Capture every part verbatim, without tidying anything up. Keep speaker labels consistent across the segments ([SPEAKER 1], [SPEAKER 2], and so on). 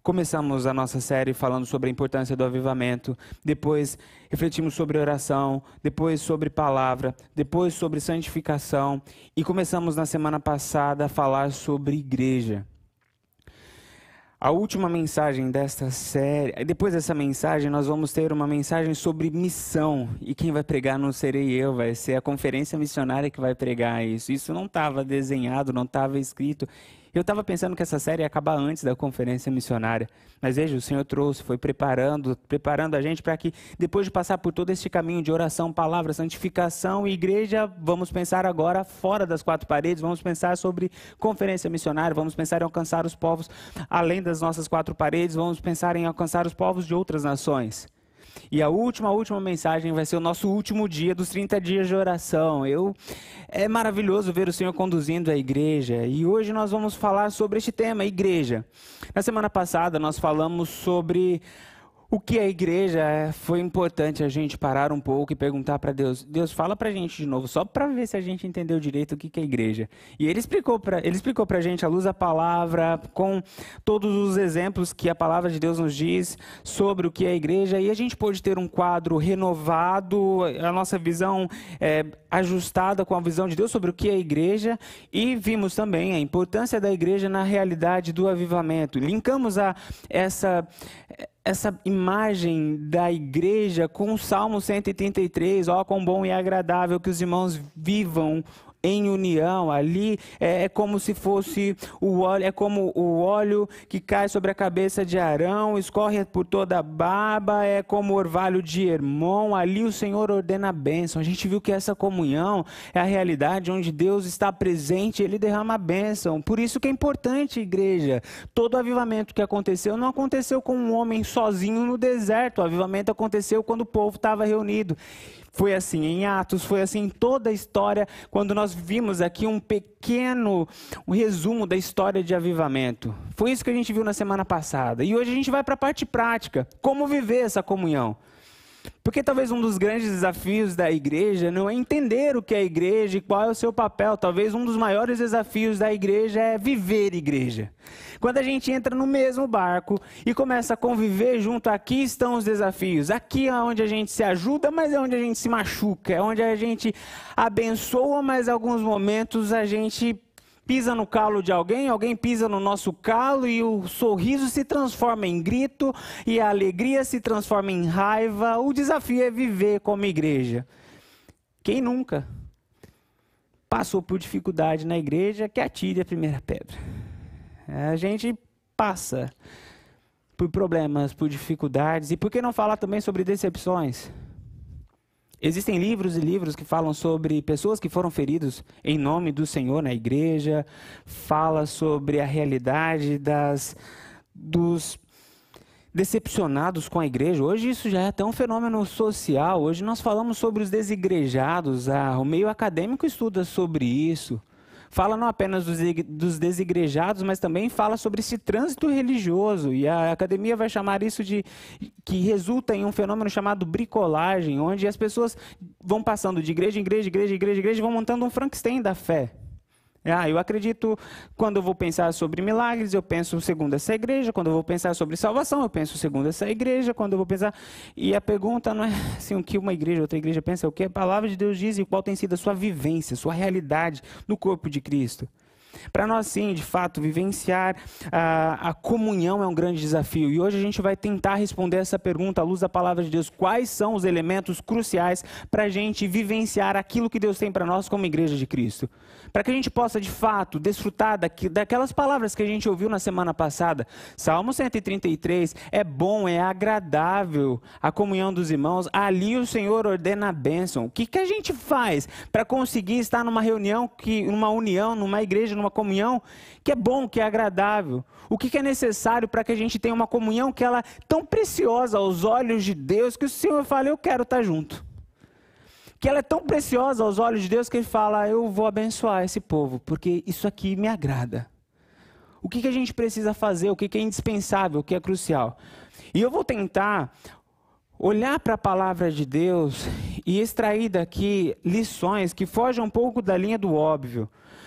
[SPEAKER 1] começamos a nossa série falando sobre a importância do avivamento, depois refletimos sobre oração, depois sobre palavra, depois sobre santificação e começamos na semana passada a falar sobre igreja. A última mensagem desta série, depois dessa mensagem nós vamos ter uma mensagem sobre missão, e quem vai pregar não serei eu, vai ser a conferência missionária que vai pregar isso. Isso não estava desenhado, não estava escrito. Eu estava pensando que essa série ia acabar antes da conferência missionária, mas veja, o Senhor trouxe, foi preparando, preparando a gente para que depois de passar por todo este caminho de oração, palavra, santificação e igreja, vamos pensar agora fora das quatro paredes, vamos pensar sobre conferência missionária, vamos pensar em alcançar os povos além das nossas quatro paredes, vamos pensar em alcançar os povos de outras nações. E a última, a última mensagem vai ser o nosso último dia dos trinta dias de oração. Eu, é maravilhoso ver o Senhor conduzindo a igreja. E hoje nós vamos falar sobre este tema, igreja. Na semana passada nós falamos sobre o que é a igreja. Foi importante a gente parar um pouco e perguntar para Deus. Deus, fala para a gente de novo, só para ver se a gente entendeu direito o que é a igreja. E Ele explicou para ele explicou para a gente, à luz da palavra, com todos os exemplos que a palavra de Deus nos diz sobre o que é a igreja. E a gente pôde ter um quadro renovado, a nossa visão é, ajustada com a visão de Deus sobre o que é a igreja. E vimos também a importância da igreja na realidade do avivamento. Linkamos a essa... essa imagem da igreja com o Salmo cento e trinta e três, ó, quão bom e agradável que os irmãos vivam em união. Ali é, é como se fosse o óleo, é como o óleo que cai sobre a cabeça de Arão, escorre por toda a barba, é como o orvalho de Hermon. Ali o Senhor ordena a bênção. A gente viu que essa comunhão é a realidade onde Deus está presente, Ele derrama a bênção. Por isso que é importante, igreja. Todo o avivamento que aconteceu não aconteceu com um homem sozinho no deserto. O avivamento aconteceu quando o povo estava reunido. Foi assim em Atos, foi assim em toda a história, quando nós vimos aqui um pequeno um resumo da história de avivamento. Foi isso que a gente viu na semana passada. E hoje a gente vai para a parte prática, como viver essa comunhão. Porque talvez um dos grandes desafios da igreja não é entender o que é a igreja e qual é o seu papel. Talvez um dos maiores desafios da igreja é viver igreja. Quando a gente entra no mesmo barco e começa a conviver junto, aqui estão os desafios. Aqui é onde a gente se ajuda, mas é onde a gente se machuca. É onde a gente abençoa, mas em alguns momentos a gente pisa no calo de alguém, alguém pisa no nosso calo e o sorriso se transforma em grito e a alegria se transforma em raiva. O desafio é viver como igreja. Quem nunca passou por dificuldade na igreja, que atire a primeira pedra. A gente passa por problemas, por dificuldades. E por que não falar também sobre decepções? Existem livros e livros que falam sobre pessoas que foram feridos em nome do Senhor na igreja, fala sobre a realidade das, dos decepcionados com a igreja. Hoje isso já é até um fenômeno social. Hoje nós falamos sobre os desigrejados, ah, o meio acadêmico estuda sobre isso. Fala não apenas dos, dos desigrejados, mas também fala sobre esse trânsito religioso. E a academia vai chamar isso de... que resulta em um fenômeno chamado bricolagem, onde as pessoas vão passando de igreja em igreja, igreja, igreja, igreja, e vão montando um Frankenstein da fé. Ah, eu acredito, quando eu vou pensar sobre milagres, eu penso segundo essa igreja. Quando eu vou pensar sobre salvação, eu penso segundo essa igreja. Quando eu vou pensar... E a pergunta não é assim, o que uma igreja, outra igreja pensa, é o que a palavra de Deus diz e qual tem sido a sua vivência, sua realidade no corpo de Cristo. Para nós, sim, de fato, vivenciar a, a comunhão é um grande desafio. E hoje a gente vai tentar responder essa pergunta à luz da palavra de Deus. Quais são os elementos cruciais para a gente vivenciar aquilo que Deus tem para nós como igreja de Cristo? Para que a gente possa, de fato, desfrutar daqui, daquelas palavras que a gente ouviu na semana passada. Salmo cento e trinta e três, é bom, é agradável a comunhão dos irmãos. Ali o Senhor ordena a bênção. O que, que a gente faz para conseguir estar numa reunião, que, numa união, numa igreja, numa comunhão que é bom, que é agradável? O que, que é necessário para que a gente tenha uma comunhão que ela é tão preciosa aos olhos de Deus que o Senhor fala, eu quero estar junto. Que ela é tão preciosa aos olhos de Deus que Ele fala, eu vou abençoar esse povo, porque isso aqui me agrada. O que, que a gente precisa fazer, o que, que é indispensável, o que é crucial? E eu vou tentar olhar para a palavra de Deus e extrair daqui lições que fogem um pouco da linha do óbvio.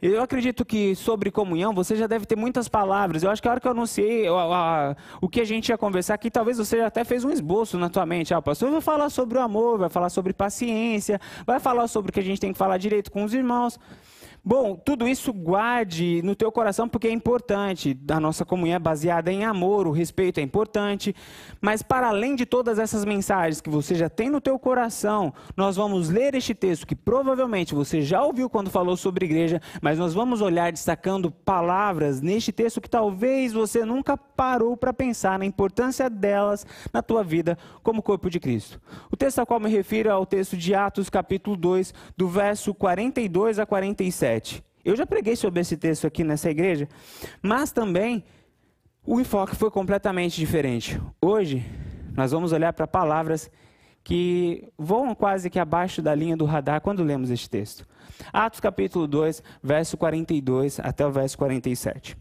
[SPEAKER 1] Eu acredito que sobre comunhão você já deve ter muitas palavras. Eu acho que a hora que eu anunciei a, a, o que a gente ia conversar aqui, talvez você já até fez um esboço na tua mente. Ah, o pastor vai falar sobre o amor, vai falar sobre paciência, vai falar sobre o que a gente tem que falar direito com os irmãos. Bom, tudo isso guarde no teu coração porque é importante. A nossa comunhão é baseada em amor, o respeito é importante. Mas para além de todas essas mensagens que você já tem no teu coração, nós vamos ler este texto que provavelmente você já ouviu quando falou sobre igreja, mas nós vamos olhar destacando palavras neste texto que talvez você nunca parou para pensar na importância delas na tua vida como corpo de Cristo. O texto ao qual me refiro é o texto de Atos capítulo dois, do verso quarenta e dois a quarenta e sete. Eu já preguei sobre esse texto aqui nessa igreja, mas também o enfoque foi completamente diferente. Hoje, nós vamos olhar para palavras que voam quase que abaixo da linha do radar quando lemos este texto. Atos capítulo dois, verso quarenta e dois até o verso quarenta e sete.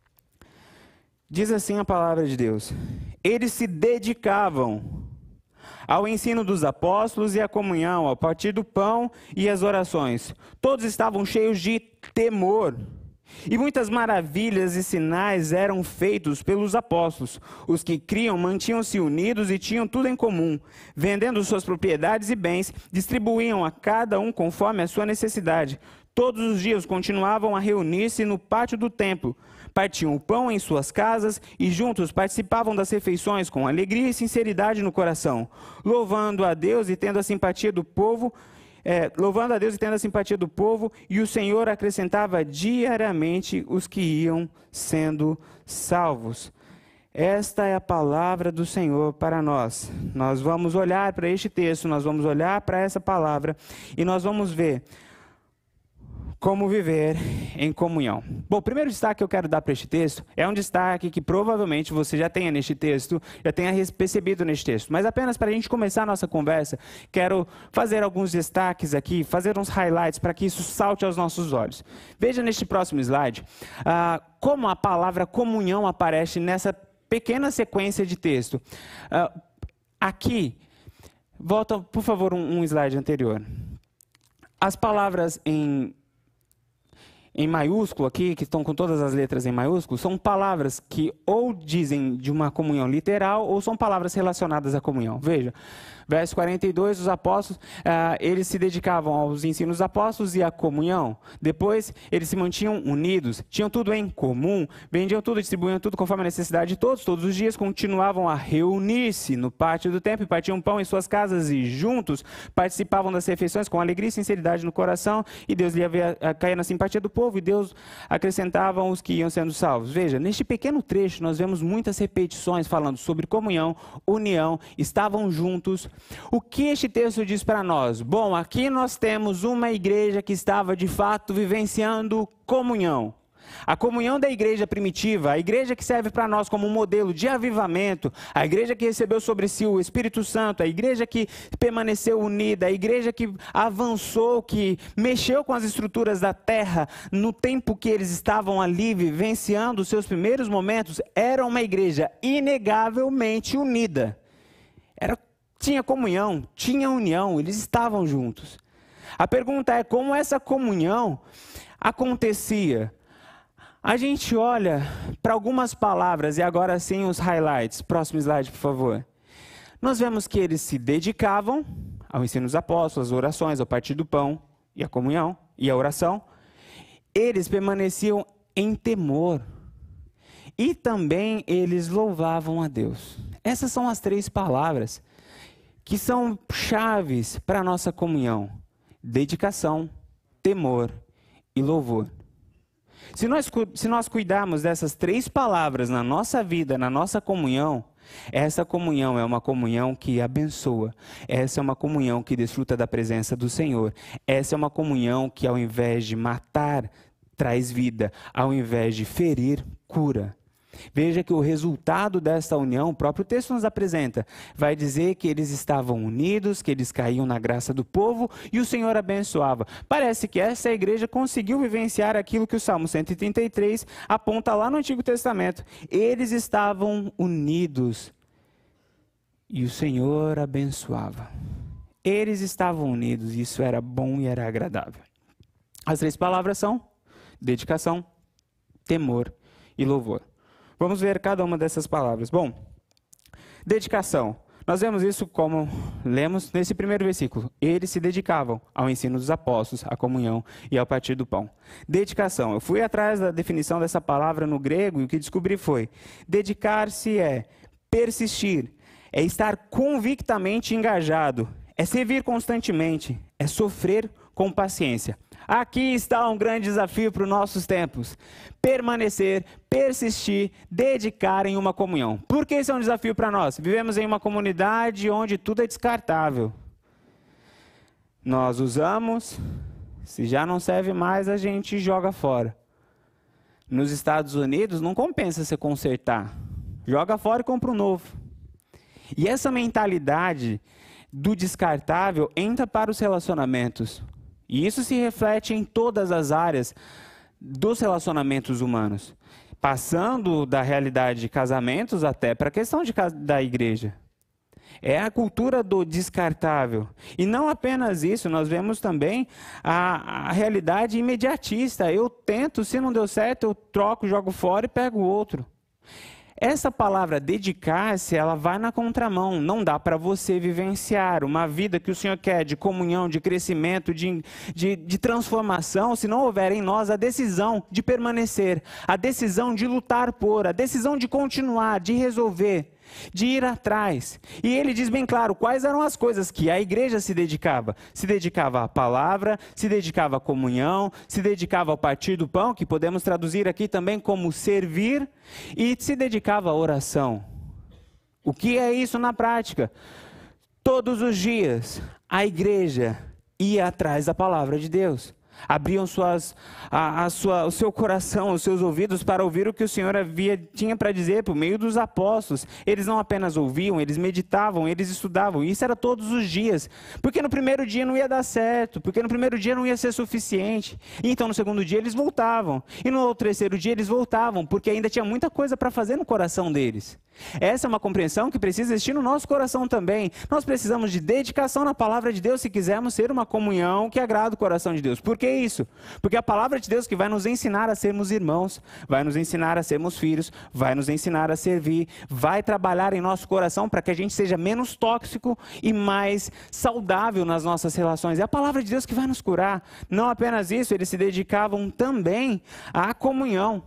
[SPEAKER 1] Diz assim a palavra de Deus: eles se dedicavam ao ensino dos apóstolos e à comunhão, ao partir do pão e às orações. Todos estavam cheios de temor. E muitas maravilhas e sinais eram feitos pelos apóstolos. Os que criam mantinham-se unidos e tinham tudo em comum. Vendendo suas propriedades e bens, distribuíam a cada um conforme a sua necessidade. Todos os dias continuavam a reunir-se no pátio do templo. Partiam o pão em suas casas e juntos participavam das refeições com alegria e sinceridade no coração, louvando a Deus e tendo a simpatia do povo, é, louvando a Deus e tendo a simpatia do povo, e o Senhor acrescentava diariamente os que iam sendo salvos. Esta é a palavra do Senhor para nós. Nós vamos olhar para este texto, nós vamos olhar para essa palavra e nós vamos ver como viver em comunhão. Bom, o primeiro destaque que eu quero dar para este texto é um destaque que provavelmente você já tenha neste texto, já tenha percebido neste texto. Mas apenas para a gente começar a nossa conversa, quero fazer alguns destaques aqui, fazer uns highlights para que isso salte aos nossos olhos. Veja neste próximo slide ah, como a palavra comunhão aparece nessa pequena sequência de texto. Ah, aqui, volta por favor um, um slide anterior. As palavras em em maiúsculo aqui, que estão com todas as letras em maiúsculo, são palavras que ou dizem de uma comunhão literal ou são palavras relacionadas à comunhão. Veja, verso quarenta e dois, os apóstolos, ah, eles se dedicavam aos ensinos dos apóstolos e à comunhão. Depois, eles se mantinham unidos, tinham tudo em comum, vendiam tudo, distribuíam tudo conforme a necessidade de todos. Todos os dias continuavam a reunir-se no pátio do templo, partiam pão em suas casas e juntos participavam das refeições com alegria e sinceridade no coração, e Deus lhe havia caído na simpatia do povo, e Deus acrescentava os que iam sendo salvos. Veja, neste pequeno trecho nós vemos muitas repetições falando sobre comunhão, união, estavam juntos. O que este texto diz para nós? Bom, aqui nós temos uma igreja que estava de fato vivenciando comunhão. A comunhão da igreja primitiva, a igreja que serve para nós como um modelo de avivamento, a igreja que recebeu sobre si o Espírito Santo, a igreja que permaneceu unida, a igreja que avançou, que mexeu com as estruturas da terra no tempo que eles estavam ali vivenciando os seus primeiros momentos, era uma igreja inegavelmente unida. Era, tinha comunhão, tinha união, eles estavam juntos. A pergunta é como essa comunhão acontecia. A gente olha para algumas palavras, e agora sim os highlights. Próximo slide, por favor. Nós vemos que eles se dedicavam ao ensino dos apóstolos, às orações, ao partir do pão, e à comunhão, e à oração. Eles permaneciam em temor. E também eles louvavam a Deus. Essas são as três palavras que são chaves para a nossa comunhão. Dedicação, temor e louvor. Se nós, se nós cuidarmos dessas três palavras na nossa vida, na nossa comunhão, essa comunhão é uma comunhão que abençoa. Essa é uma comunhão que desfruta da presença do Senhor. Essa é uma comunhão que, ao invés de matar, traz vida. Ao invés de ferir, cura. Veja que o resultado desta união, o próprio texto nos apresenta, vai dizer que eles estavam unidos, que eles caíam na graça do povo e o Senhor abençoava. Parece que essa igreja conseguiu vivenciar aquilo que o Salmo cento e trinta e três aponta lá no Antigo Testamento. Eles estavam unidos e o Senhor abençoava. Eles estavam unidos e isso era bom e era agradável. As três palavras são dedicação, temor e louvor. Vamos ver cada uma dessas palavras. Bom, dedicação. Nós vemos isso como lemos nesse primeiro versículo. Eles se dedicavam ao ensino dos apóstolos, à comunhão e ao partir do pão. Dedicação. Eu fui atrás da definição dessa palavra no grego e o que descobri foi: dedicar-se é persistir, é estar convictamente engajado, é servir constantemente, é sofrer com paciência. Aqui está um grande desafio para os nossos tempos. Permanecer, persistir, dedicar em uma comunhão. Por que isso é um desafio para nós? Vivemos em uma comunidade onde tudo é descartável. Nós usamos, se já não serve mais, a gente joga fora. Nos Estados Unidos não compensa você consertar. Joga fora e compra um novo. E essa mentalidade do descartável entra para os relacionamentos. E isso se reflete em todas as áreas dos relacionamentos humanos, passando da realidade de casamentos até para a questão de, da igreja. É a cultura do descartável. E não apenas isso, nós vemos também a, a realidade imediatista. Eu tento, se não deu certo, eu troco, jogo fora e pego outro. Essa palavra dedicar-se, ela vai na contramão. Não dá para você vivenciar uma vida que o Senhor quer de comunhão, de crescimento, de, de, de transformação, se não houver em nós a decisão de permanecer, a decisão de lutar por, a decisão de continuar, de resolver, de ir atrás. E ele diz bem claro quais eram as coisas que a igreja se dedicava. Se dedicava à palavra, se dedicava à comunhão, se dedicava ao partir do pão, que podemos traduzir aqui também como servir, e se dedicava à oração. O que é isso na prática? Todos os dias a igreja ia atrás da palavra de Deus. Abriam suas, a, a sua, o seu coração, os seus ouvidos para ouvir o que o Senhor havia, tinha para dizer por meio dos apóstolos. Eles não apenas ouviam, eles meditavam, eles estudavam. Isso era todos os dias. Porque no primeiro dia não ia dar certo, porque no primeiro dia não ia ser suficiente. E então no segundo dia eles voltavam. E no terceiro dia eles voltavam, porque ainda tinha muita coisa para fazer no coração deles. Essa é uma compreensão que precisa existir no nosso coração também. Nós precisamos de dedicação na palavra de Deus se quisermos ser uma comunhão que agrada o coração de Deus. Por que isso? Porque a palavra de Deus que vai nos ensinar a sermos irmãos, vai nos ensinar a sermos filhos, vai nos ensinar a servir, vai trabalhar em nosso coração para que a gente seja menos tóxico e mais saudável nas nossas relações. É a palavra de Deus que vai nos curar. Não apenas isso, eles se dedicavam também à comunhão.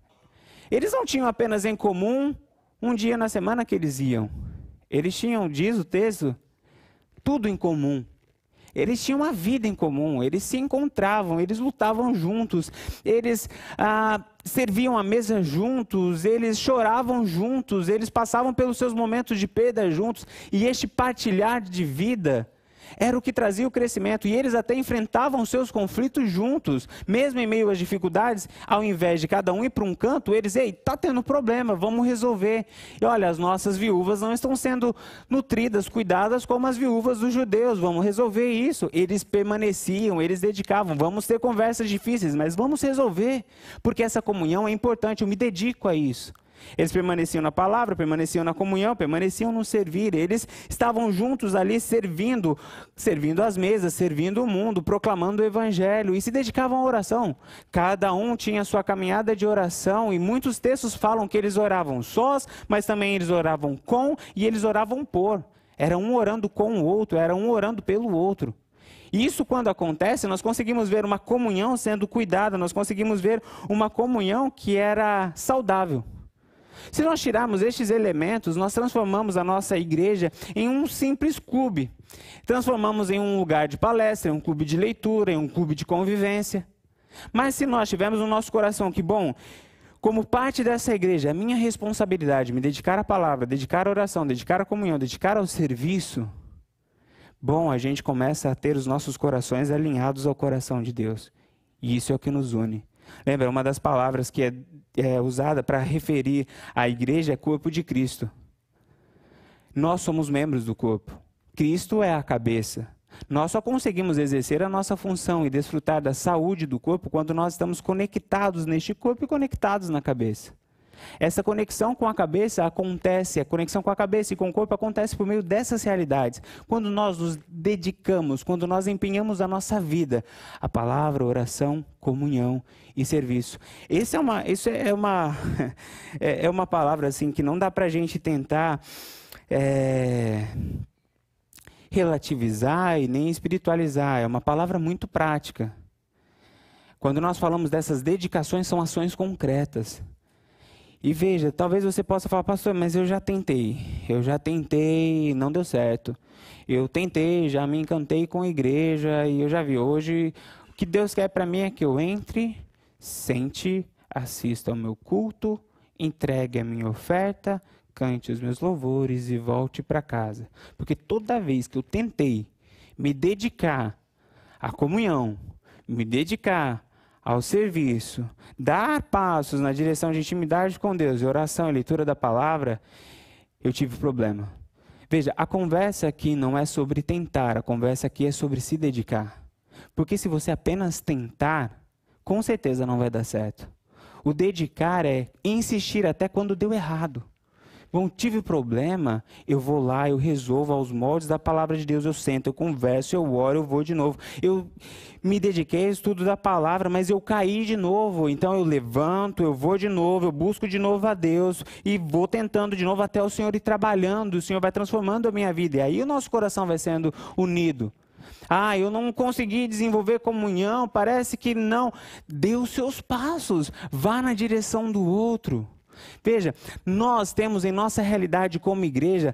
[SPEAKER 1] Eles não tinham apenas em comum um dia na semana que eles iam. Eles tinham, diz o texto, tudo em comum. Eles tinham uma vida em comum, eles se encontravam, eles lutavam juntos, eles ah, serviam à mesa juntos, eles choravam juntos, eles passavam pelos seus momentos de perda juntos. E este partilhar de vida era o que trazia o crescimento. E eles até enfrentavam seus conflitos juntos, mesmo em meio às dificuldades. Ao invés de cada um ir para um canto, eles, ei, está tendo problema, vamos resolver. E olha, as nossas viúvas não estão sendo nutridas, cuidadas como as viúvas dos judeus, vamos resolver isso. Eles permaneciam, eles dedicavam, vamos ter conversas difíceis, mas vamos resolver, porque essa comunhão é importante, eu me dedico a isso. Eles permaneciam na palavra, permaneciam na comunhão, permaneciam no servir. Eles estavam juntos ali servindo, servindo as mesas, servindo o mundo, proclamando o evangelho e se dedicavam à oração. Cada um tinha sua caminhada de oração e muitos textos falam que eles oravam sós, mas também eles oravam com e eles oravam por. Era um orando com o outro, era um orando pelo outro. E isso quando acontece, nós conseguimos ver uma comunhão sendo cuidada, nós conseguimos ver uma comunhão que era saudável. Se nós tirarmos estes elementos, nós transformamos a nossa igreja em um simples clube. Transformamos em um lugar de palestra, em um clube de leitura, em um clube de convivência. Mas se nós tivermos no nosso coração que, bom, como parte dessa igreja, é minha responsabilidade me dedicar à palavra, dedicar à oração, dedicar à comunhão, dedicar ao serviço, bom, a gente começa a ter os nossos corações alinhados ao coração de Deus. E isso é o que nos une. Lembra, uma das palavras que é, é usada para referir a igreja é corpo de Cristo. Nós somos membros do corpo. Cristo é a cabeça. Nós só conseguimos exercer a nossa função e desfrutar da saúde do corpo quando nós estamos conectados neste corpo e conectados na cabeça. Essa conexão com a cabeça acontece, a conexão com a cabeça e com o corpo acontece por meio dessas realidades. Quando nós nos dedicamos, quando nós empenhamos a nossa vida, a palavra, oração, comunhão e serviço. Esse é uma, isso é uma, é uma palavra assim que não dá para a gente tentar é, relativizar e nem espiritualizar. É uma palavra muito prática. Quando nós falamos dessas dedicações, são ações concretas. E veja, talvez você possa falar, pastor, mas eu já tentei, eu já tentei, não deu certo. Eu tentei, já me encantei com a igreja e eu já vi. Hoje, o que Deus quer para mim é que eu entre, sente, assista ao meu culto, entregue a minha oferta, cante os meus louvores e volte para casa. Porque toda vez que eu tentei me dedicar à comunhão, me dedicar ao serviço, dar passos na direção de intimidade com Deus, e oração e leitura da palavra, eu tive problema. Veja, a conversa aqui não é sobre tentar, a conversa aqui é sobre se dedicar. Porque se você apenas tentar, com certeza não vai dar certo. O dedicar é insistir até quando deu errado. Bom, tive problema, eu vou lá, eu resolvo aos moldes da palavra de Deus, eu sento, eu converso, eu oro, eu vou de novo. Eu me dediquei ao estudo da palavra, mas eu caí de novo, então eu levanto, eu vou de novo, eu busco de novo a Deus e vou tentando de novo até o Senhor ir trabalhando, o Senhor vai transformando a minha vida, e aí o nosso coração vai sendo unido. Ah, eu não consegui desenvolver comunhão, parece que não. Dê os seus passos, vá na direção do outro. Veja, nós temos em nossa realidade como igreja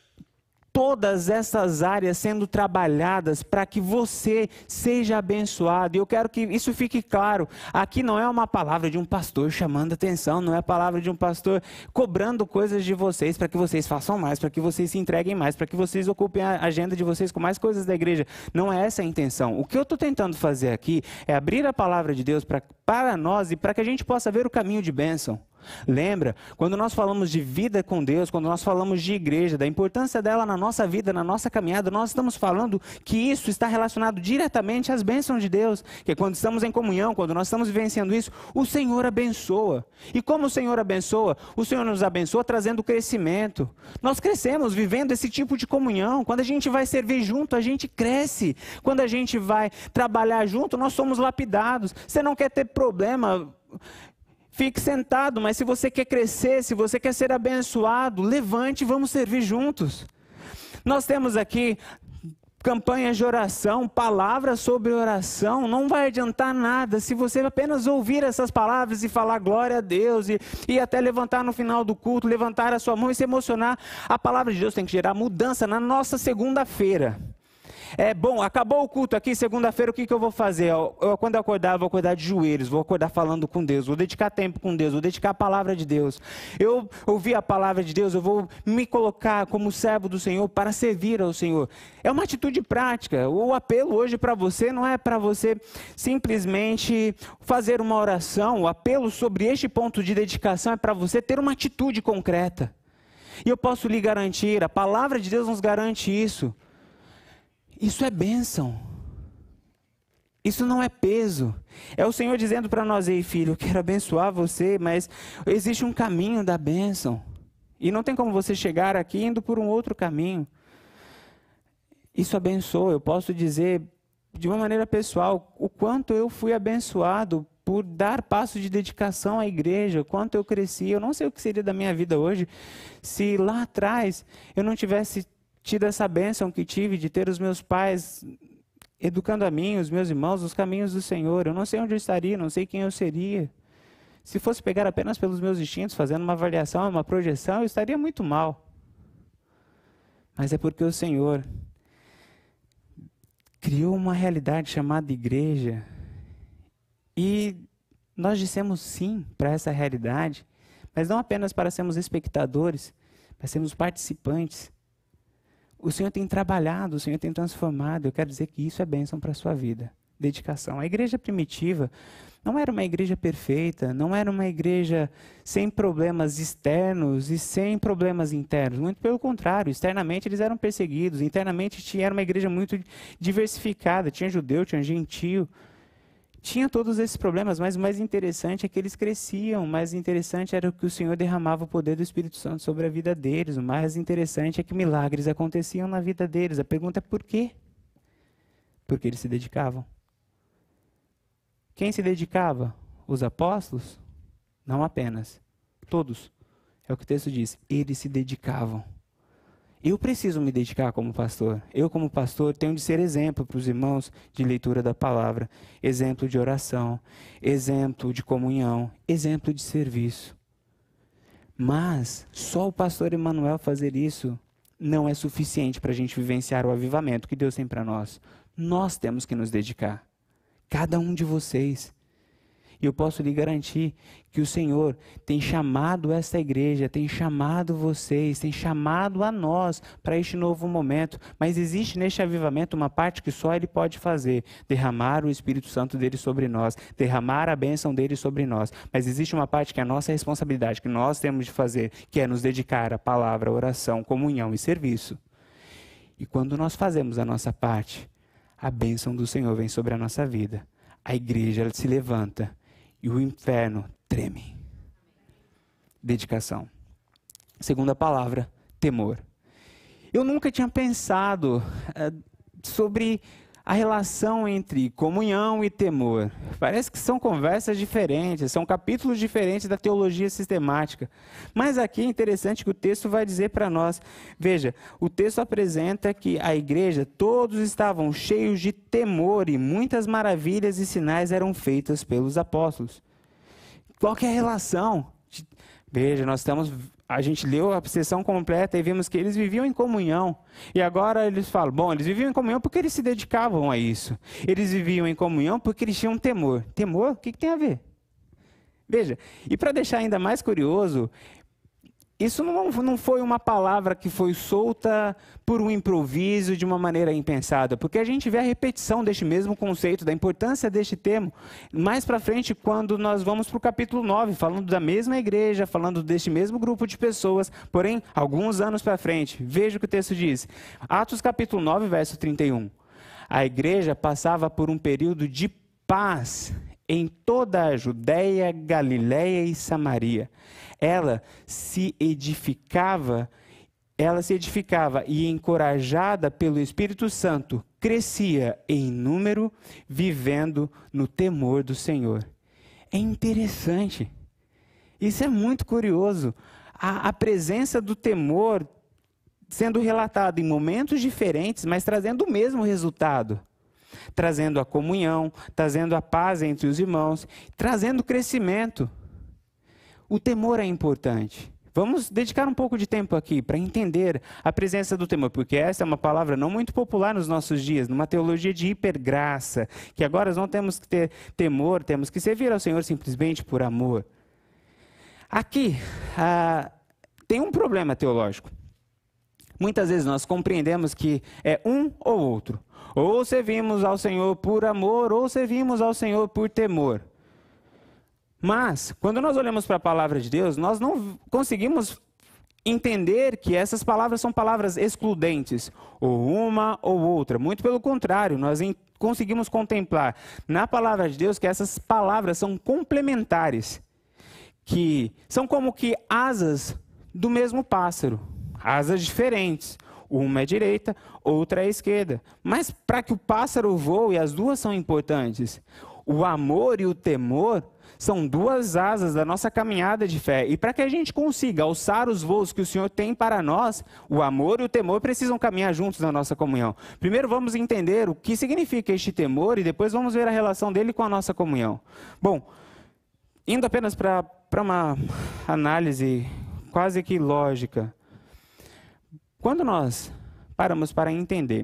[SPEAKER 1] todas essas áreas sendo trabalhadas para que você seja abençoado. E eu quero que isso fique claro. Aqui não é uma palavra de um pastor chamando atenção, não é a palavra de um pastor cobrando coisas de vocês para que vocês façam mais, para que vocês se entreguem mais, para que vocês ocupem a agenda de vocês com mais coisas da igreja. Não é essa a intenção. O que eu estou tentando fazer aqui é abrir a palavra de Deus pra, para nós e para que a gente possa ver o caminho de bênção. Lembra, quando nós falamos de vida com Deus, quando nós falamos de igreja, da importância dela na nossa vida, na nossa caminhada, nós estamos falando que isso está relacionado diretamente às bênçãos de Deus, que quando estamos em comunhão, quando nós estamos vivenciando isso, o Senhor abençoa. E como o Senhor abençoa? O Senhor nos abençoa trazendo crescimento. Nós crescemos vivendo esse tipo de comunhão. Quando a gente vai servir junto, a gente cresce. Quando a gente vai trabalhar junto, nós somos lapidados. Você não quer ter problema, fique sentado, mas se você quer crescer, se você quer ser abençoado, levante e vamos servir juntos. Nós temos aqui campanhas de oração, palavras sobre oração, não vai adiantar nada se você apenas ouvir essas palavras e falar glória a Deus, e, e até levantar no final do culto, levantar a sua mão e se emocionar. A palavra de Deus tem que gerar mudança na nossa segunda-feira. É bom, acabou o culto aqui, segunda-feira o que, que eu vou fazer? Eu, eu, quando eu acordar, eu vou acordar de joelhos, vou acordar falando com Deus, vou dedicar tempo com Deus, vou dedicar a palavra de Deus. Eu ouvi a palavra de Deus, eu vou me colocar como servo do Senhor para servir ao Senhor. É uma atitude prática. O apelo hoje para você não é para você simplesmente fazer uma oração, o apelo sobre este ponto de dedicação é para você ter uma atitude concreta. E eu posso lhe garantir, a palavra de Deus nos garante isso. Isso é bênção. Isso não é peso. É o Senhor dizendo para nós, ei filho, eu quero abençoar você, mas existe um caminho da bênção. E não tem como você chegar aqui indo por um outro caminho. Isso abençoa. Eu posso dizer de uma maneira pessoal o quanto eu fui abençoado por dar passo de dedicação à igreja, o quanto eu cresci. Eu não sei o que seria da minha vida hoje se lá atrás eu não tivesse tido essa bênção que tive de ter os meus pais educando a mim, os meus irmãos, os caminhos do Senhor. Eu não sei onde eu estaria, não sei quem eu seria. Se fosse pegar apenas pelos meus instintos, fazendo uma avaliação, uma projeção, eu estaria muito mal. Mas é porque o Senhor criou uma realidade chamada igreja. E nós dissemos sim para essa realidade, mas não apenas para sermos espectadores, para sermos participantes. O Senhor tem trabalhado, o Senhor tem transformado. Eu quero dizer que isso é bênção para a sua vida. Dedicação. A igreja primitiva não era uma igreja perfeita, não era uma igreja sem problemas externos e sem problemas internos. Muito pelo contrário, externamente eles eram perseguidos, internamente era uma igreja muito diversificada. Tinha judeu, tinha gentio, tinha todos esses problemas, mas o mais interessante é que eles cresciam. O mais interessante era que o Senhor derramava o poder do Espírito Santo sobre a vida deles. O mais interessante é que milagres aconteciam na vida deles. A pergunta é por quê? Porque eles se dedicavam. Quem se dedicava? Os apóstolos? Não apenas. Todos. É o que o texto diz. Eles se dedicavam. Eu preciso me dedicar como pastor. Eu, como pastor, tenho de ser exemplo para os irmãos de leitura da palavra, exemplo de oração, exemplo de comunhão, exemplo de serviço. Mas só o pastor Emanuel fazer isso não é suficiente para a gente vivenciar o avivamento que Deus tem para nós. Nós temos que nos dedicar. Cada um de vocês. E eu posso lhe garantir que o Senhor tem chamado esta igreja, tem chamado vocês, tem chamado a nós para este novo momento. Mas existe neste avivamento uma parte que só Ele pode fazer, derramar o Espírito Santo dele sobre nós, derramar a bênção dele sobre nós. Mas existe uma parte que é a nossa responsabilidade, que nós temos de fazer, que é nos dedicar à palavra, oração, comunhão e serviço. E quando nós fazemos a nossa parte, a bênção do Senhor vem sobre a nossa vida. A igreja ela se levanta. E o inferno treme. Dedicação. Segunda palavra, temor. Eu nunca tinha pensado uh, sobre a relação entre comunhão e temor. Parece que são conversas diferentes, são capítulos diferentes da teologia sistemática. Mas aqui é interessante que o texto vai dizer para nós. Veja, o texto apresenta que a igreja, todos estavam cheios de temor e muitas maravilhas e sinais eram feitas pelos apóstolos. Qual que é a relação? Veja, nós estamos... A gente leu a sessão completa e vimos que eles viviam em comunhão. E agora eles falam, bom, eles viviam em comunhão porque eles se dedicavam a isso. Eles viviam em comunhão porque eles tinham temor. Temor? O que, que tem a ver? Veja, e para deixar ainda mais curioso, isso não, não foi uma palavra que foi solta por um improviso de uma maneira impensada, porque a gente vê a repetição deste mesmo conceito, da importância deste termo, mais para frente quando nós vamos para o capítulo nove, falando da mesma igreja, falando deste mesmo grupo de pessoas, porém, alguns anos para frente. Veja o que o texto diz. Atos capítulo nove, verso trinta e um. A igreja passava por um período de paz em toda a Judéia, Galiléia e Samaria. Ela se edificava, ela se edificava e, encorajada pelo Espírito Santo, crescia em número, vivendo no temor do Senhor. É interessante. Isso é muito curioso. A, a presença do temor sendo relatado em momentos diferentes, mas trazendo o mesmo resultado. Trazendo a comunhão, trazendo a paz entre os irmãos, trazendo crescimento. O temor é importante. Vamos dedicar um pouco de tempo aqui para entender a presença do temor, porque essa é uma palavra não muito popular nos nossos dias, numa teologia de hipergraça, que agora nós não temos que ter temor, temos que servir ao Senhor simplesmente por amor. Aqui, ah, tem um problema teológico. Muitas vezes nós compreendemos que é um ou outro. Ou servimos ao Senhor por amor, ou servimos ao Senhor por temor. Mas, quando nós olhamos para a palavra de Deus, nós não conseguimos entender que essas palavras são palavras excludentes, ou uma ou outra. Muito pelo contrário, nós conseguimos contemplar na palavra de Deus que essas palavras são complementares, que são como que asas do mesmo pássaro, asas diferentes. Uma é direita, outra é esquerda. Mas para que o pássaro voe, as duas são importantes. O amor e o temor são duas asas da nossa caminhada de fé. E para que a gente consiga alçar os voos que o Senhor tem para nós, o amor e o temor precisam caminhar juntos na nossa comunhão. Primeiro vamos entender o que significa este temor e depois vamos ver a relação dele com a nossa comunhão. Bom, indo apenas para uma análise quase que lógica. Quando nós paramos para entender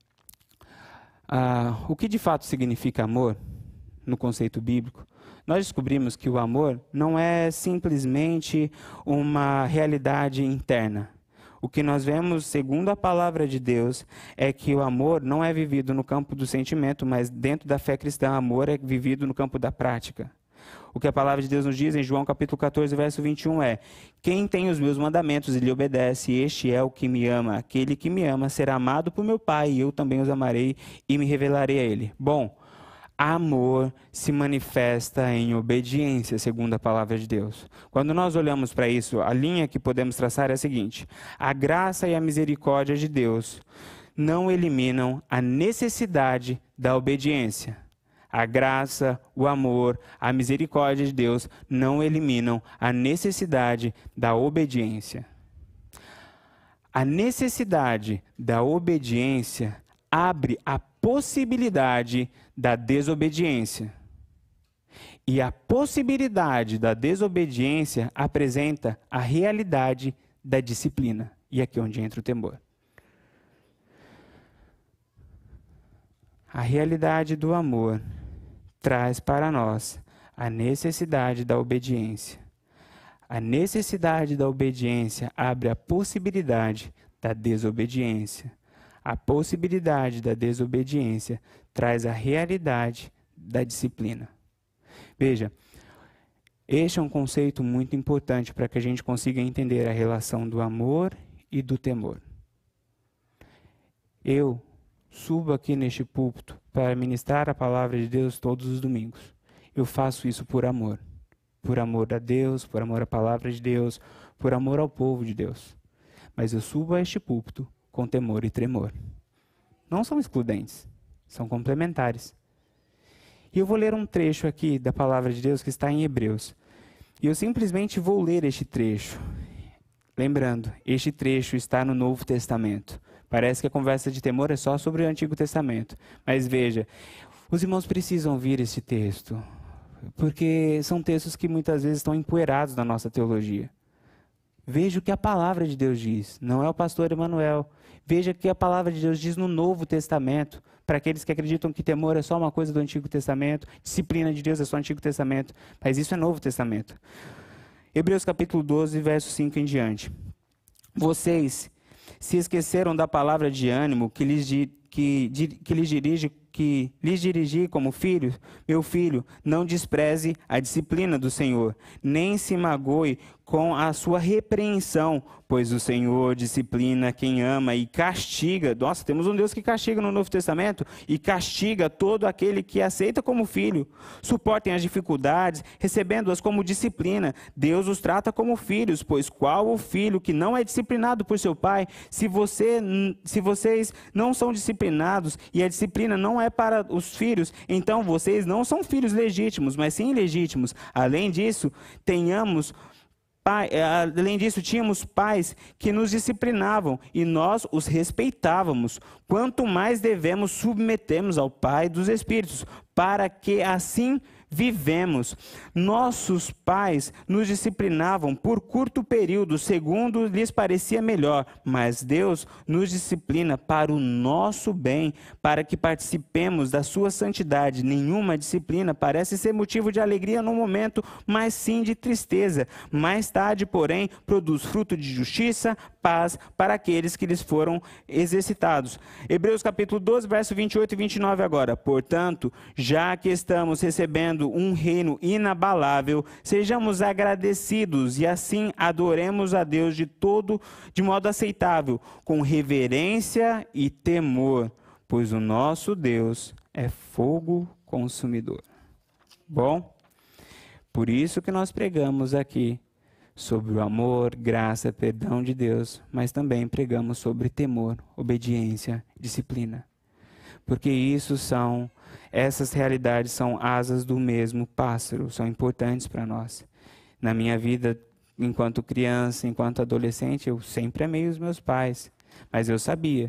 [SPEAKER 1] ah, o que de fato significa amor, no conceito bíblico, nós descobrimos que o amor não é simplesmente uma realidade interna. O que nós vemos, segundo a palavra de Deus, é que o amor não é vivido no campo do sentimento, mas dentro da fé cristã, amor é vivido no campo da prática. O que a palavra de Deus nos diz em João capítulo quatorze, verso vinte e um é: quem tem os meus mandamentos e lhe obedece, este é o que me ama. Aquele que me ama será amado por meu Pai, e eu também os amarei e me revelarei a ele. Bom, Amor se manifesta em obediência, segundo a palavra de Deus. Quando nós olhamos para isso, a linha que podemos traçar é a seguinte: a graça e a misericórdia de Deus não eliminam a necessidade da obediência. A graça, o amor, a misericórdia de Deus não eliminam a necessidade da obediência. A necessidade da obediência abre a possibilidade da desobediência. E a possibilidade da desobediência apresenta a realidade da disciplina. E aqui é onde entra o temor. A realidade do amor traz para nós a necessidade da obediência. A necessidade da obediência abre a possibilidade da desobediência. A possibilidade da desobediência traz a realidade da disciplina. Veja, este é um conceito muito importante para que a gente consiga entender a relação do amor e do temor. Eu subo aqui neste púlpito para ministrar a palavra de Deus todos os domingos. Eu faço isso por amor. Por amor a Deus, por amor à palavra de Deus, por amor ao povo de Deus. Mas eu subo a este púlpito com temor e tremor. Não são excludentes, são complementares. E eu vou ler um trecho aqui da palavra de Deus que está em Hebreus. E eu simplesmente vou ler este trecho. Lembrando, este trecho está no Novo Testamento. Parece que a conversa de temor é só sobre o Antigo Testamento. Mas veja, os irmãos precisam ouvir esse texto, porque são textos que muitas vezes estão empoeirados na nossa teologia. Veja o que a palavra de Deus diz, não é o pastor Emanuel. Veja o que a palavra de Deus diz no Novo Testamento, para aqueles que acreditam que temor é só uma coisa do Antigo Testamento, disciplina de Deus é só o Antigo Testamento, mas isso é Novo Testamento. Hebreus capítulo doze, verso cinco em diante. Vocês se esqueceram da palavra de ânimo que lhes, di, que, di, que lhes dirige que lhes dirigi como filhos. Meu filho, não despreze a disciplina do Senhor, nem se magoe com a sua repreensão, pois o Senhor disciplina quem ama e castiga. Nossa, temos um Deus que castiga no Novo Testamento e castiga todo aquele que aceita como filho. Suportem as dificuldades, recebendo-as como disciplina. Deus os trata como filhos, pois qual o filho que não é disciplinado por seu pai? Se, você, se vocês não são disciplinados e a disciplina não é para os filhos, então vocês não são filhos legítimos, mas sim ilegítimos. Além disso, tenhamos Pai, além disso, tínhamos pais que nos disciplinavam e nós os respeitávamos. Quanto mais devemos submetermos ao Pai dos Espíritos, para que assim vivemos. Nossos pais nos disciplinavam por curto período, segundo lhes parecia melhor, mas Deus nos disciplina para o nosso bem, para que participemos da sua santidade. Nenhuma disciplina parece ser motivo de alegria no momento, mas sim de tristeza. Mais tarde, porém, produz fruto de justiça, paz para aqueles que lhes foram exercitados. Hebreus capítulo doze, verso vinte e oito e vinte e nove agora. Portanto, já que estamos recebendo um reino inabalável, sejamos agradecidos e assim adoremos a Deus de todo, de modo aceitável, com reverência e temor, pois o nosso Deus é fogo consumidor. Bom, por isso que nós pregamos aqui sobre o amor, graça, perdão de Deus, mas também pregamos sobre temor, obediência, disciplina. Porque isso são, essas realidades são asas do mesmo pássaro, são importantes para nós. Na minha vida, enquanto criança, enquanto adolescente, eu sempre amei os meus pais, mas eu sabia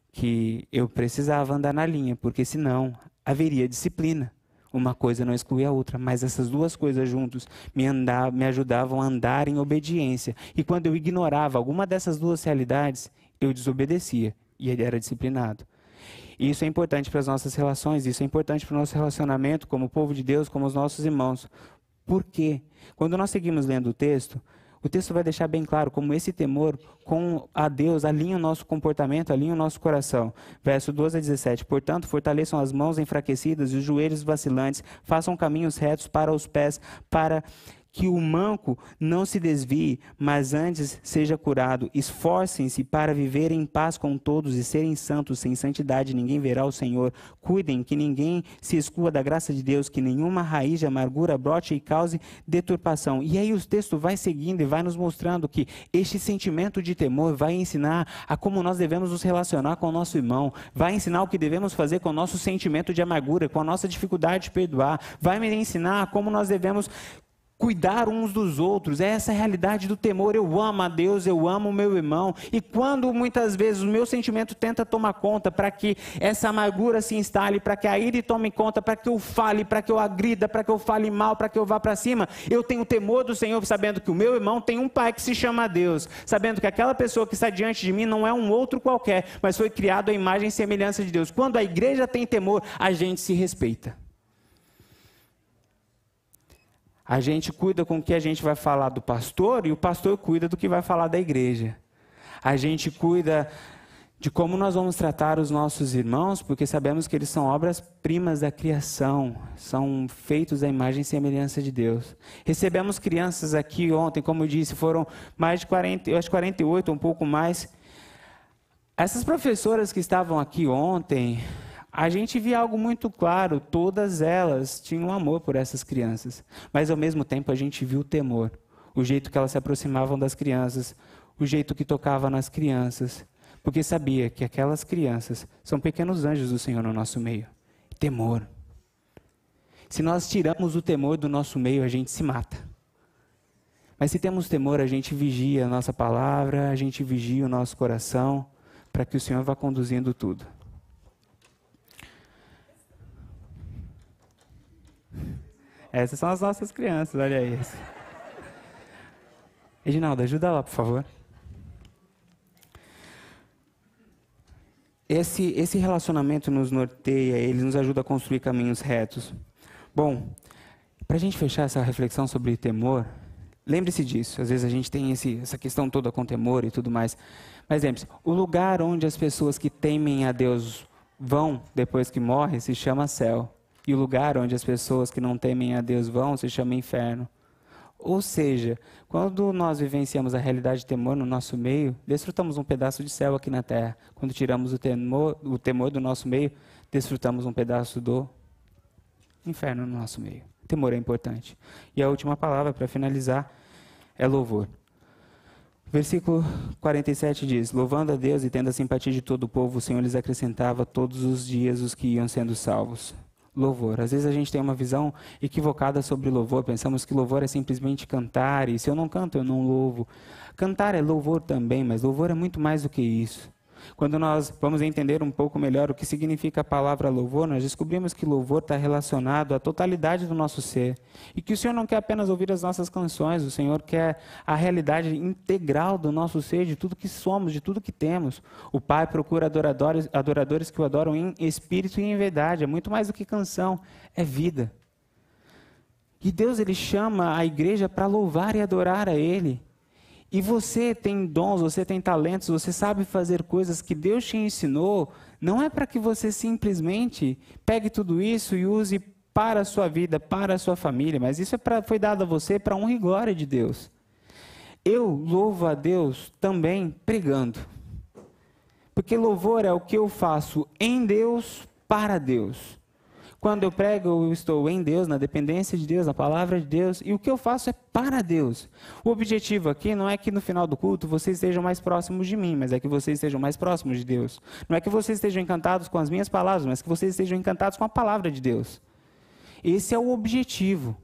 [SPEAKER 1] que eu precisava andar na linha, porque senão haveria disciplina. Uma coisa não exclui a outra, mas essas duas coisas juntos me, andar, me ajudavam a andar em obediência. E quando eu ignorava alguma dessas duas realidades, eu desobedecia e ele era disciplinado. E isso é importante para as nossas relações, isso é importante para o nosso relacionamento como povo de Deus, como os nossos irmãos. Por quê? Quando nós seguimos lendo o texto, o texto vai deixar bem claro como esse temor com a Deus alinha o nosso comportamento, alinha o nosso coração. Verso doze a dezessete. Portanto, fortaleçam as mãos enfraquecidas e os joelhos vacilantes, façam caminhos retos para os pés, para que o manco não se desvie, mas antes seja curado. Esforcem-se para viver em paz com todos e serem santos. Sem santidade ninguém verá o Senhor. Cuidem que ninguém se exclua da graça de Deus, que nenhuma raiz de amargura brote e cause deturpação. E aí o texto vai seguindo e vai nos mostrando que este sentimento de temor vai ensinar a como nós devemos nos relacionar com o nosso irmão, vai ensinar o que devemos fazer com o nosso sentimento de amargura, com a nossa dificuldade de perdoar, vai me ensinar como nós devemos cuidar uns dos outros. É essa a realidade do temor. Eu amo a Deus, eu amo o meu irmão, e quando muitas vezes o meu sentimento tenta tomar conta para que essa amargura se instale, para que a ira tome conta, para que eu fale, para que eu agrida, para que eu fale mal, para que eu vá para cima, eu tenho temor do Senhor, sabendo que o meu irmão tem um pai que se chama Deus, sabendo que aquela pessoa que está diante de mim não é um outro qualquer, mas foi criado à imagem e semelhança de Deus. Quando a igreja tem temor, a gente se respeita. A gente cuida com o que a gente vai falar do pastor, e o pastor cuida do que vai falar da igreja. A gente cuida de como nós vamos tratar os nossos irmãos, porque sabemos que eles são obras-primas da criação, são feitos à imagem e semelhança de Deus. Recebemos crianças aqui ontem, como eu disse, foram mais de quarenta, eu acho quarenta e oito, um pouco mais. Essas professoras que estavam aqui ontem, a gente via algo muito claro, todas elas tinham amor por essas crianças, mas ao mesmo tempo a gente viu o temor, o jeito que elas se aproximavam das crianças, o jeito que tocava nas crianças, porque sabia que aquelas crianças são pequenos anjos do Senhor no nosso meio. Temor. Se nós tiramos o temor do nosso meio, a gente se mata. Mas se temos temor, a gente vigia a nossa palavra, a gente vigia o nosso coração, para que o Senhor vá conduzindo tudo. Essas são as nossas crianças, olha isso. Reginaldo, ajuda lá, por favor. Esse, esse relacionamento nos norteia, ele nos ajuda a construir caminhos retos. Bom, para a gente fechar essa reflexão sobre temor, lembre-se disso. Às vezes a gente tem esse, essa questão toda com temor e tudo mais. Mas lembre-se, o lugar onde as pessoas que temem a Deus vão depois que morrem se chama céu. E o lugar onde as pessoas que não temem a Deus vão se chama inferno. Ou seja, quando nós vivenciamos a realidade de temor no nosso meio, desfrutamos um pedaço de céu aqui na terra. Quando tiramos o temor, o temor do nosso meio, desfrutamos um pedaço do inferno no nosso meio. Temor é importante. E a última palavra, para finalizar, é louvor. Versículo quarenta e sete diz: louvando a Deus e tendo a simpatia de todo o povo, o Senhor lhes acrescentava todos os dias os que iam sendo salvos. Louvor. Às vezes a gente tem uma visão equivocada sobre louvor, pensamos que louvor é simplesmente cantar, e se eu não canto, eu não louvo. Cantar é louvor também, mas louvor é muito mais do que isso. Quando nós vamos entender um pouco melhor o que significa a palavra louvor, nós descobrimos que louvor está relacionado à totalidade do nosso ser. E que o Senhor não quer apenas ouvir as nossas canções, o Senhor quer a realidade integral do nosso ser, de tudo que somos, de tudo que temos. O Pai procura adoradores, adoradores que o adoram em espírito e em verdade. É muito mais do que canção, é vida. E Deus, Ele chama a igreja para louvar e adorar a Ele. E você tem dons, você tem talentos, você sabe fazer coisas que Deus te ensinou, não é para que você simplesmente pegue tudo isso e use para a sua vida, para a sua família, mas isso é pra, foi dado a você para a honra e glória de Deus. Eu louvo a Deus também pregando, porque louvor é o que eu faço em Deus, para Deus. Quando eu prego, eu estou em Deus, na dependência de Deus, na palavra de Deus, e o que eu faço é para Deus. O objetivo aqui não é que no final do culto vocês estejam mais próximos de mim, mas é que vocês estejam mais próximos de Deus. Não é que vocês estejam encantados com as minhas palavras, mas que vocês estejam encantados com a palavra de Deus. Esse é o objetivo.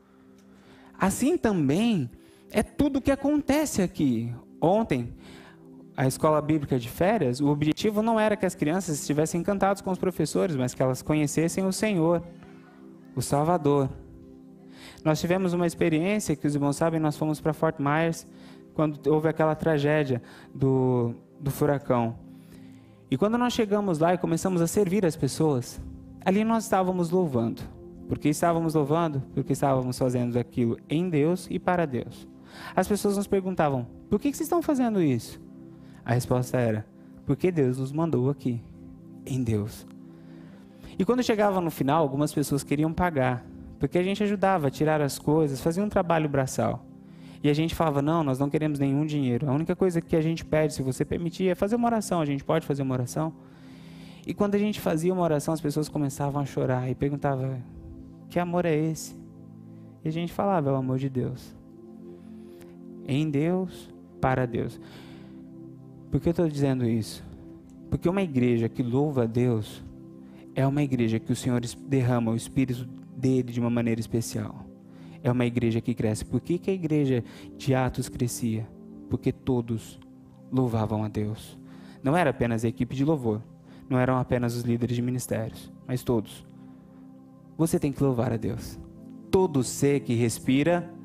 [SPEAKER 1] Assim também é tudo o que acontece aqui. Ontem, a escola bíblica de férias, o objetivo não era que as crianças estivessem encantadas com os professores, mas que elas conhecessem o Senhor, o Salvador. Nós tivemos uma experiência, que os irmãos sabem, nós fomos para Fort Myers, quando houve aquela tragédia do, do furacão. E quando nós chegamos lá e começamos a servir as pessoas, ali nós estávamos louvando. Por que estávamos louvando? Porque estávamos fazendo aquilo em Deus e para Deus. As pessoas nos perguntavam, por que vocês estão fazendo isso? A resposta era, porque Deus nos mandou aqui, em Deus. E quando chegava no final, algumas pessoas queriam pagar Porque a gente ajudava a tirar as coisas, fazia um trabalho braçal. E a gente falava, não, nós não queremos nenhum dinheiro. A única coisa que a gente pede, se você permitir, é fazer uma oração. A gente pode fazer uma oração? E quando a gente fazia uma oração, as pessoas começavam a chorar e perguntavam, que amor é esse? E a gente falava, é o amor de Deus. Em Deus, para Deus. Por que eu estou dizendo isso? Porque uma igreja que louva a Deus é uma igreja que o Senhor derrama o Espírito dele de uma maneira especial. É uma igreja que cresce. Por que que a igreja de Atos crescia? Porque todos louvavam a Deus. Não era apenas a equipe de louvor. Não eram apenas os líderes de ministérios. Mas todos. Você tem que louvar a Deus. Todo ser que respira.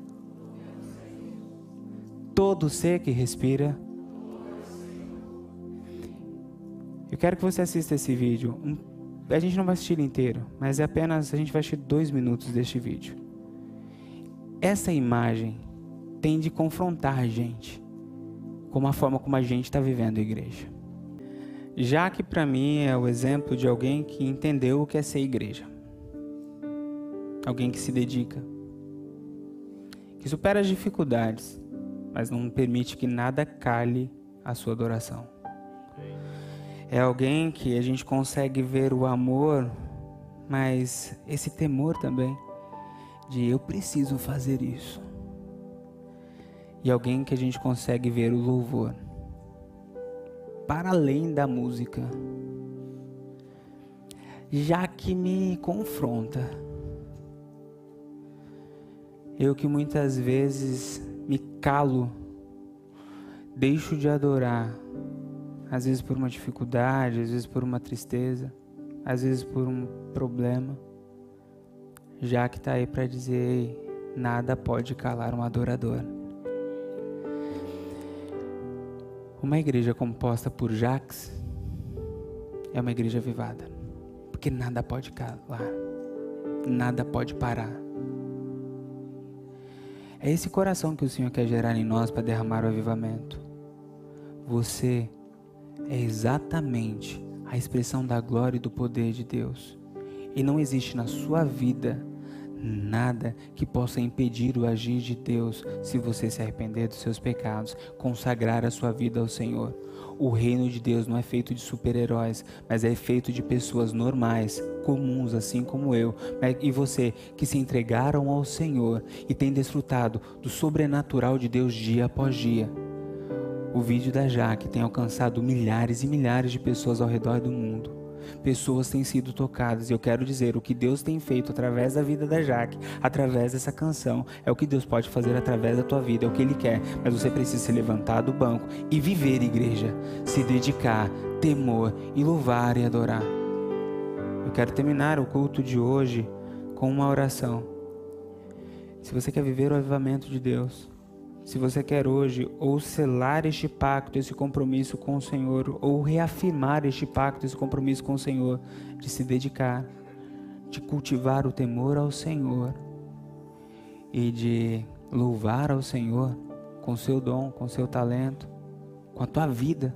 [SPEAKER 1] Todo ser que respira. Eu quero que você assista esse vídeo. Um, a gente não vai assistir ele inteiro. Mas é apenas, a gente vai assistir dois minutos deste vídeo. Essa imagem tem de confrontar a gente com a forma como a gente está vivendo a igreja. Já que para mim é o exemplo de alguém que entendeu o que é ser igreja. Alguém que se dedica. Que supera as dificuldades, mas não permite que nada cale a sua adoração. É alguém que a gente consegue ver o amor, mas esse temor também. De eu preciso fazer isso. E alguém que a gente consegue ver o louvor para além da música, já que me confronta. Eu que muitas vezes me calo, deixo de adorar, às vezes por uma dificuldade, às vezes por uma tristeza, às vezes por um problema. Já que está aí para dizer, nada pode calar um adorador. Uma igreja composta por Jacques é uma igreja avivada, porque nada pode calar, nada pode parar. É esse coração que o Senhor quer gerar em nós para derramar o avivamento. Você é exatamente a expressão da glória e do poder de Deus. E não existe na sua vida nada que possa impedir o agir de Deus se você se arrepender dos seus pecados, consagrar a sua vida ao Senhor. O reino de Deus não é feito de super-heróis, mas é feito de pessoas normais, comuns, assim como eu e você, que se entregaram ao Senhor e têm desfrutado do sobrenatural de Deus dia após dia. O vídeo da Jaque tem alcançado milhares e milhares de pessoas ao redor do mundo. Pessoas têm sido tocadas, e eu quero dizer, o que Deus tem feito através da vida da Jaque, através dessa canção, é o que Deus pode fazer através da tua vida, é o que Ele quer, mas você precisa se levantar do banco e viver, igreja, se dedicar, temor e louvar e adorar. Eu quero terminar o culto de hoje com uma oração. Se você quer viver o avivamento de Deus, se você quer hoje ou selar este pacto, esse compromisso com o Senhor, ou reafirmar este pacto, esse compromisso com o Senhor, de se dedicar, de cultivar o temor ao Senhor e de louvar ao Senhor com seu dom, com seu talento, com a tua vida,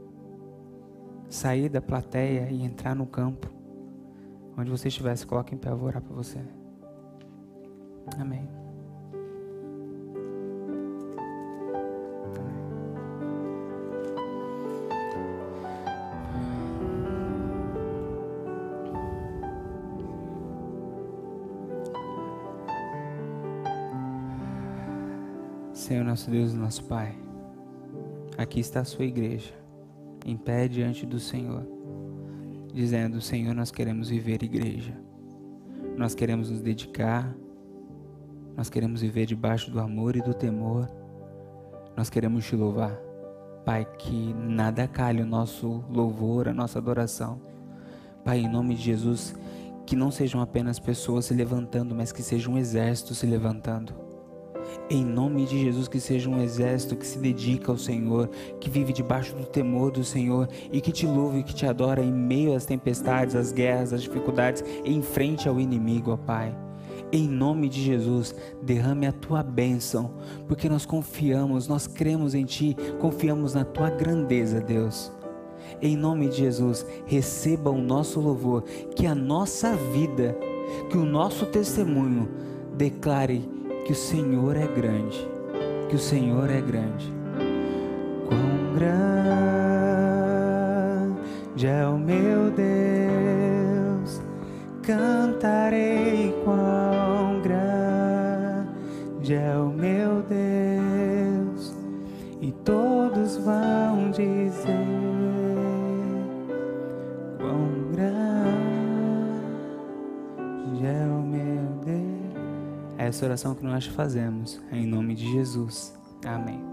[SPEAKER 1] sair da plateia e entrar no campo, onde você estiver, se coloque em pé, eu vou orar para você. Amém. Senhor nosso Deus e nosso Pai, aqui está a sua igreja, em pé diante do Senhor, dizendo: Senhor, nós queremos viver igreja, nós queremos nos dedicar, nós queremos viver debaixo do amor e do temor, nós queremos te louvar. Pai, que nada calhe o nosso louvor, a nossa adoração. Pai, em nome de Jesus, que não sejam apenas pessoas se levantando, mas que seja um exército se levantando. Em nome de Jesus, que seja um exército que se dedica ao Senhor, que vive debaixo do temor do Senhor e que te louve e que te adora em meio às tempestades, às guerras, às dificuldades, em frente ao inimigo, ó Pai. Em nome de Jesus, derrame a tua bênção, porque nós confiamos, nós cremos em Ti, confiamos na tua grandeza, Deus. Em nome de Jesus, receba o nosso louvor, que a nossa vida Que o nosso testemunho declare que o Senhor é grande, que o Senhor é grande. Quão grande é o meu Deus, cantarei quão grande é o meu Deus, e todos vão dizer quão grande é o meu Deus. É essa oração que nós fazemos, em nome de Jesus. Amém.